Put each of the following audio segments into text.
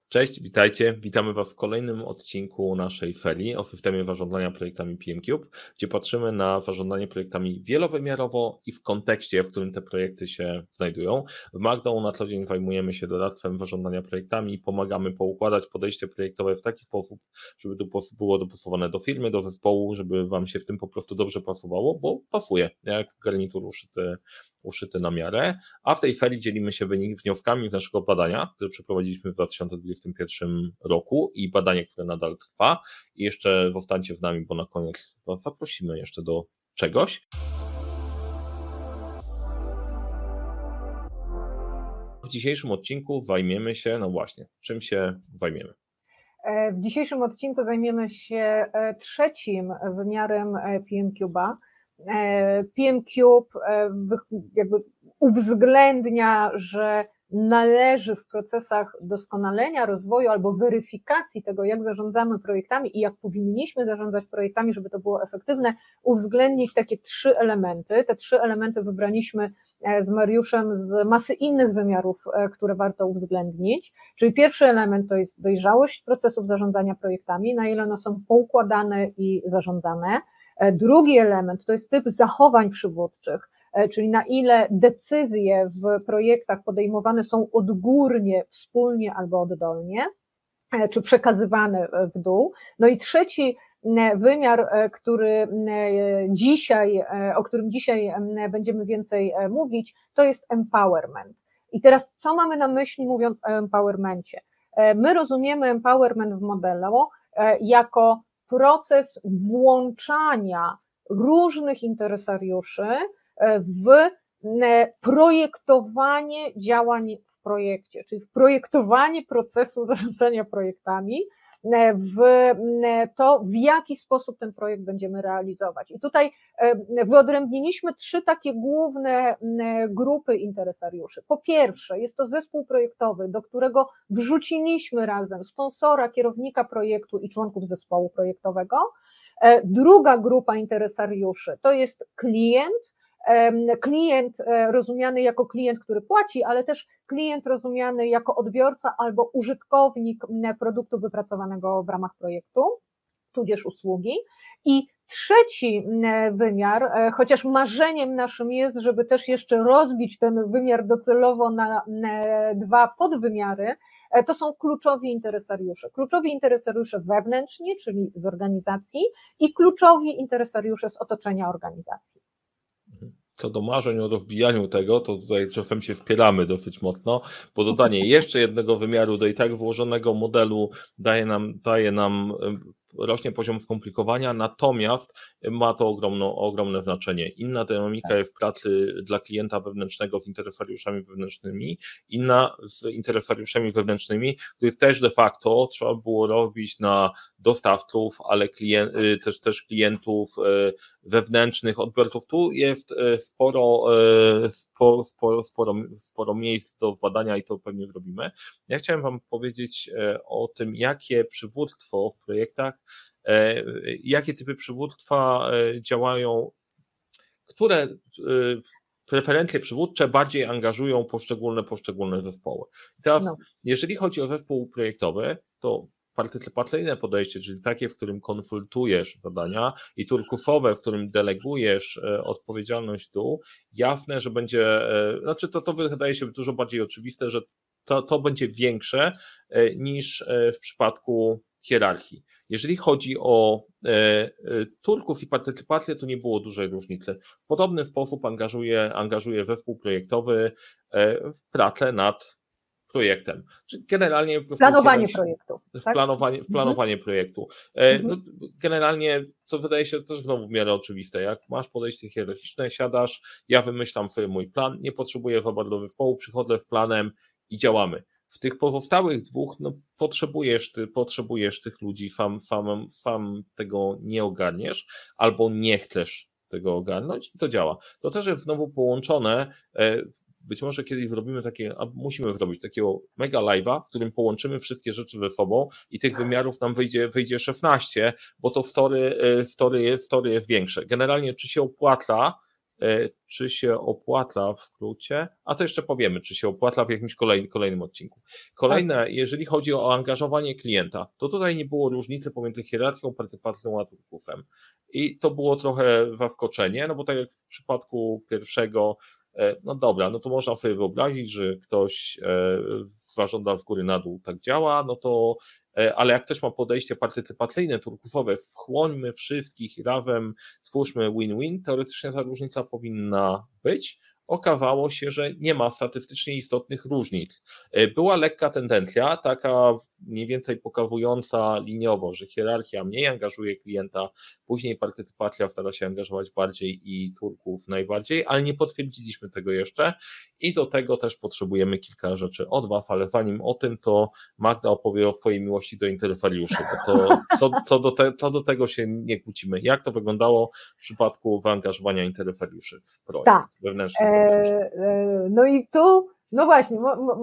Cześć, witajcie. Witamy Was w kolejnym odcinku naszej ferii o systemie zarządzania projektami PMCube, gdzie patrzymy na zarządzanie projektami wielowymiarowo i w kontekście, w którym te projekty się znajdują. W Markdown na co dzień zajmujemy się doradztwem zarządzania projektami i pomagamy poukładać podejście projektowe w taki sposób, żeby to było dopasowane do firmy, do zespołu, żeby Wam się w tym po prostu dobrze pasowało, bo pasuje, jak garnitur uszyty na miarę. A w tej ferii dzielimy się wnioskami z naszego badania, które przeprowadziliśmy w 2021 roku i badanie, które nadal trwa. I jeszcze zostańcie z nami, bo na koniec Was zaprosimy jeszcze do czegoś. W dzisiejszym odcinku zajmiemy się, no właśnie, czym się zajmiemy? W dzisiejszym odcinku zajmiemy się trzecim wymiarem PMCube'a. PMCube jakby uwzględnia, że należy w procesach doskonalenia, rozwoju albo weryfikacji tego, jak zarządzamy projektami i jak powinniśmy zarządzać projektami, żeby to było efektywne, uwzględnić takie trzy elementy. Te trzy elementy wybraliśmy z Mariuszem z masy innych wymiarów, które warto uwzględnić. Czyli pierwszy element to jest dojrzałość procesów zarządzania projektami, na ile one są poukładane i zarządzane. Drugi element to jest typ zachowań przywódczych, czyli na ile decyzje w projektach podejmowane są odgórnie, wspólnie albo oddolnie, czy przekazywane w dół. No i trzeci wymiar, o którym dzisiaj będziemy więcej mówić, to jest empowerment. I teraz co mamy na myśli, mówiąc o empowermencie? My rozumiemy empowerment w modelu jako proces włączania różnych interesariuszy w projektowanie działań w projekcie, czyli w projektowanie procesu zarządzania projektami, w to, w jaki sposób ten projekt będziemy realizować. I tutaj wyodrębniliśmy trzy takie główne grupy interesariuszy. Po pierwsze, jest to zespół projektowy, do którego wrzuciliśmy razem sponsora, kierownika projektu i członków zespołu projektowego. Druga grupa interesariuszy to jest klient rozumiany jako klient, który płaci, ale też klient rozumiany jako odbiorca albo użytkownik produktu wypracowanego w ramach projektu, tudzież usługi. I trzeci wymiar, chociaż marzeniem naszym jest, żeby też jeszcze rozbić ten wymiar docelowo na dwa podwymiary, to są kluczowi interesariusze. Kluczowi interesariusze wewnętrzni, czyli z organizacji, i kluczowi interesariusze z otoczenia organizacji. Co do marzeń o rozbijaniu tego, to tutaj czasem się wspieramy dosyć mocno, bo dodanie jeszcze jednego wymiaru do i tak włożonego modelu daje nam rośnie poziom skomplikowania, natomiast ma to ogromne znaczenie. Inna dynamika jest pracy dla klienta wewnętrznego z interesariuszami wewnętrznymi, inna z interesariuszami wewnętrznymi, których też de facto trzeba było robić na dostawców, ale też klientów wewnętrznych, odbiorców. Tu jest sporo miejsc do badania i to pewnie zrobimy. Ja chciałem Wam powiedzieć o tym, jakie przywództwo w projektach, jakie typy przywództwa działają, które preferencje przywódcze bardziej angażują poszczególne zespoły. I teraz, jeżeli chodzi o zespół projektowy, to partycypacyjne podejście, czyli takie, w którym konsultujesz zadania, i turkusowe, w którym delegujesz odpowiedzialność w dół, jasne, że będzie, to wydaje się dużo bardziej oczywiste, że to będzie większe niż w przypadku hierarchii. Jeżeli chodzi o turkus i partycypację, to nie było dużej różnicy. W podobny sposób angażuje zespół projektowy w pracę nad projektem. Czyli generalnie planowanie projektu. Planowanie projektu. No, generalnie, co wydaje się też znowu w miarę oczywiste, jak masz podejście hierarchiczne, siadasz, ja wymyślam sobie mój plan, nie potrzebuję za bardzo zespołu, przychodzę z planem i działamy. W tych pozostałych dwóch, potrzebujesz tych ludzi, sam tego nie ogarniesz, albo nie chcesz tego ogarnąć i to działa. To też jest znowu połączone. Być może kiedyś zrobimy musimy zrobić takiego mega live'a, w którym połączymy wszystkie rzeczy ze sobą i tych wymiarów nam wyjdzie 16, bo to story jest większe. Generalnie, czy się opłaca czy się opłaca w skrócie, a to jeszcze powiemy, czy się opłaca w jakimś kolejnym odcinku. Kolejne, jeżeli chodzi o angażowanie klienta, to tutaj nie było różnicy pomiędzy hierarchią, partycypacją a turkusem. I to było trochę zaskoczenie, no bo tak jak w przypadku pierwszego, no dobra, no to można sobie wyobrazić, że ktoś zażąda z góry na dół, tak działa, no to, ale jak ktoś ma podejście partycypacyjne, turkusowe, wchłońmy wszystkich razem, twórzmy win-win, teoretycznie ta różnica powinna być. Okazało się, że nie ma statystycznie istotnych różnic. Była lekka tendencja, taka mniej więcej pokazująca liniowo, że hierarchia mniej angażuje klienta, później partycypacja stara się angażować bardziej i turków najbardziej, ale nie potwierdziliśmy tego jeszcze i do tego też potrzebujemy kilka rzeczy od was, ale zanim o tym, to Magda opowie o swojej miłości do interesariuszy, bo to do tego się nie kłócimy. Jak to wyglądało w przypadku zaangażowania interesariuszy w projekt wewnętrzny? No i tu, no właśnie,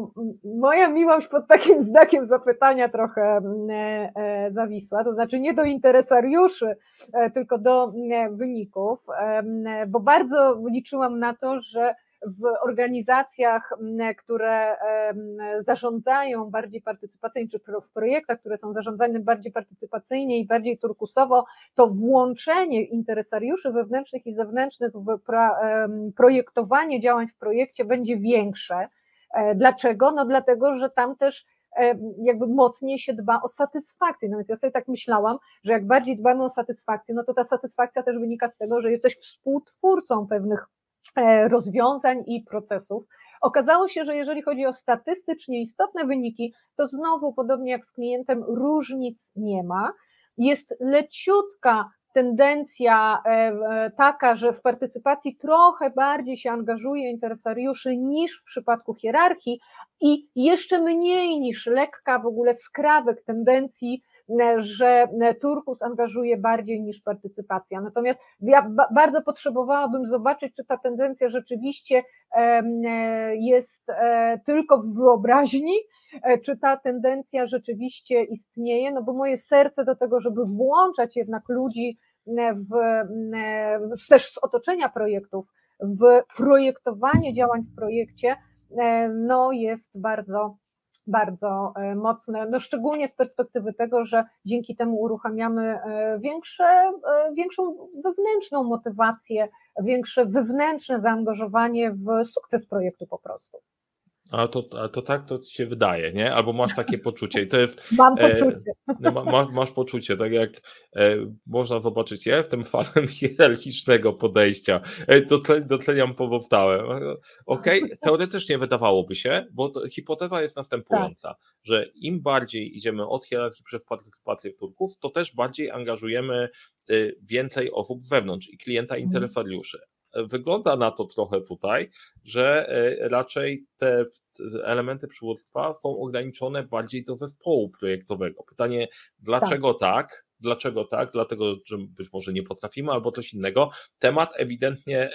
moja miłość pod takim znakiem zapytania trochę zawisła, to znaczy nie do interesariuszy, tylko do wyników, bo bardzo liczyłam na to, że w organizacjach, które zarządzają bardziej partycypacyjnie, czy w projektach, które są zarządzane bardziej partycypacyjnie i bardziej turkusowo, to włączenie interesariuszy wewnętrznych i zewnętrznych w projektowanie działań w projekcie będzie większe. Dlaczego? No dlatego, że tam też jakby mocniej się dba o satysfakcję. No więc ja sobie tak myślałam, że jak bardziej dbamy o satysfakcję, no to ta satysfakcja też wynika z tego, że jesteś współtwórcą pewnych rozwiązań i procesów. Okazało się, że jeżeli chodzi o statystycznie istotne wyniki, to znowu, podobnie jak z klientem, różnic nie ma. Jest leciutka tendencja taka, że w partycypacji trochę bardziej się angażuje interesariuszy niż w przypadku hierarchii i jeszcze mniej niż lekka w ogóle skrawek tendencji, że turkus angażuje bardziej niż partycypacja. Natomiast ja bardzo potrzebowałabym zobaczyć, czy ta tendencja rzeczywiście jest tylko w wyobraźni, czy ta tendencja rzeczywiście istnieje, no bo moje serce do tego, żeby włączać jednak ludzi też z otoczenia projektów w projektowanie działań w projekcie, no jest bardzo mocne, no szczególnie z perspektywy tego, że dzięki temu uruchamiamy większą wewnętrzną motywację, większe wewnętrzne zaangażowanie w sukces projektu po prostu. A to tak to ci się wydaje, nie? Albo masz takie poczucie i to jest... Mam poczucie. Masz poczucie, tak jak można zobaczyć, ja jestem fanem hierarchicznego podejścia. Doceniam pozostałe. Okej, teoretycznie wydawałoby się, bo hipoteza jest następująca, że im bardziej idziemy od hierarchii przez partycypację turków, to też bardziej angażujemy więcej osób z wewnątrz i klienta interesariuszy. Wygląda na to trochę tutaj, że raczej te elementy przywództwa są ograniczone bardziej do zespołu projektowego. Pytanie, dlaczego tak? Dlaczego tak? Dlatego, że być może nie potrafimy albo coś innego. Temat ewidentnie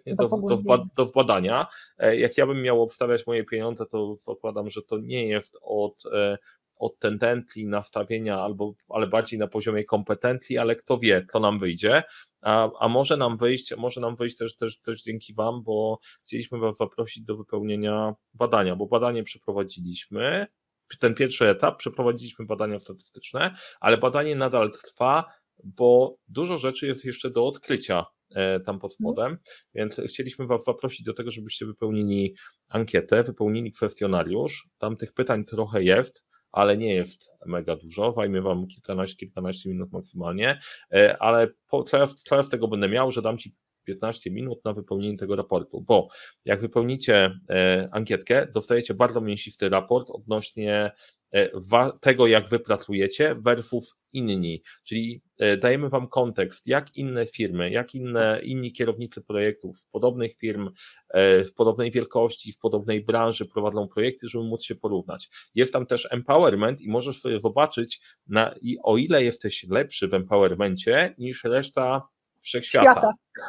do zbadania. Jak ja bym miał obstawiać moje pieniądze, to zakładam, że to nie jest od tendencji, nastawienia, ale bardziej na poziomie kompetencji, ale kto wie, co nam wyjdzie. A może nam wyjść też dzięki wam, bo chcieliśmy was zaprosić do wypełnienia badania, bo badanie przeprowadziliśmy, ten pierwszy etap, przeprowadziliśmy badania statystyczne, ale badanie nadal trwa, bo dużo rzeczy jest jeszcze do odkrycia tam pod spodem, więc chcieliśmy was zaprosić do tego, żebyście wypełnili ankietę, wypełnili kwestionariusz, tam tych pytań trochę jest, ale nie jest mega dużo, zajmie wam kilkanaście minut maksymalnie, ale co ja z tego będę miał, że dam ci 15 minut na wypełnienie tego raportu, bo jak wypełnicie ankietkę, dostajecie bardzo mięsisty raport odnośnie tego, jak wy pracujecie versus inni, czyli dajemy wam kontekst, jak inne firmy, jak inni kierownicy projektów z podobnych firm, w podobnej wielkości, w podobnej branży prowadzą projekty, żeby móc się porównać. Jest tam też empowerment i możesz sobie zobaczyć, o ile jesteś lepszy w empowermencie niż reszta wszechświata.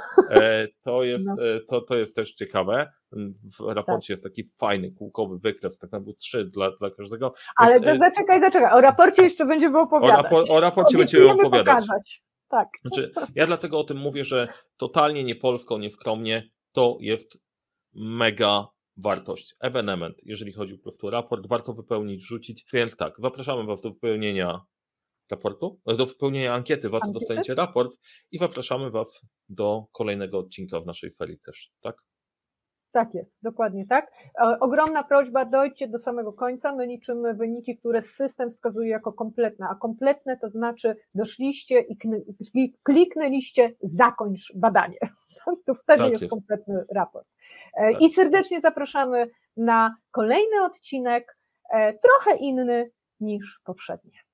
To jest też ciekawe. W raporcie jest taki fajny, kółkowy wykres, tak naprawdę 3 dla każdego. Ale zaczekaj, o raporcie jeszcze będziemy opowiadać. O raporcie będziemy opowiadać. Tak. Znaczy, ja dlatego o tym mówię, że totalnie nie polsko, nie skromnie, to jest mega wartość, ewenement, jeżeli chodzi po prostu o raport, warto wypełnić, wrzucić. Więc tak, zapraszamy Was do wypełnienia raportu, do wypełnienia ankiety, za co dostaniecie raport i zapraszamy Was do kolejnego odcinka w naszej serii też, tak? Tak jest, dokładnie tak. Ogromna prośba, dojdźcie do samego końca, my liczymy wyniki, które system wskazuje jako kompletne, a kompletne to znaczy doszliście i kliknęliście zakończ badanie. To wtedy Tak jest kompletny raport. Tak. I serdecznie zapraszamy na kolejny odcinek, trochę inny niż poprzednie.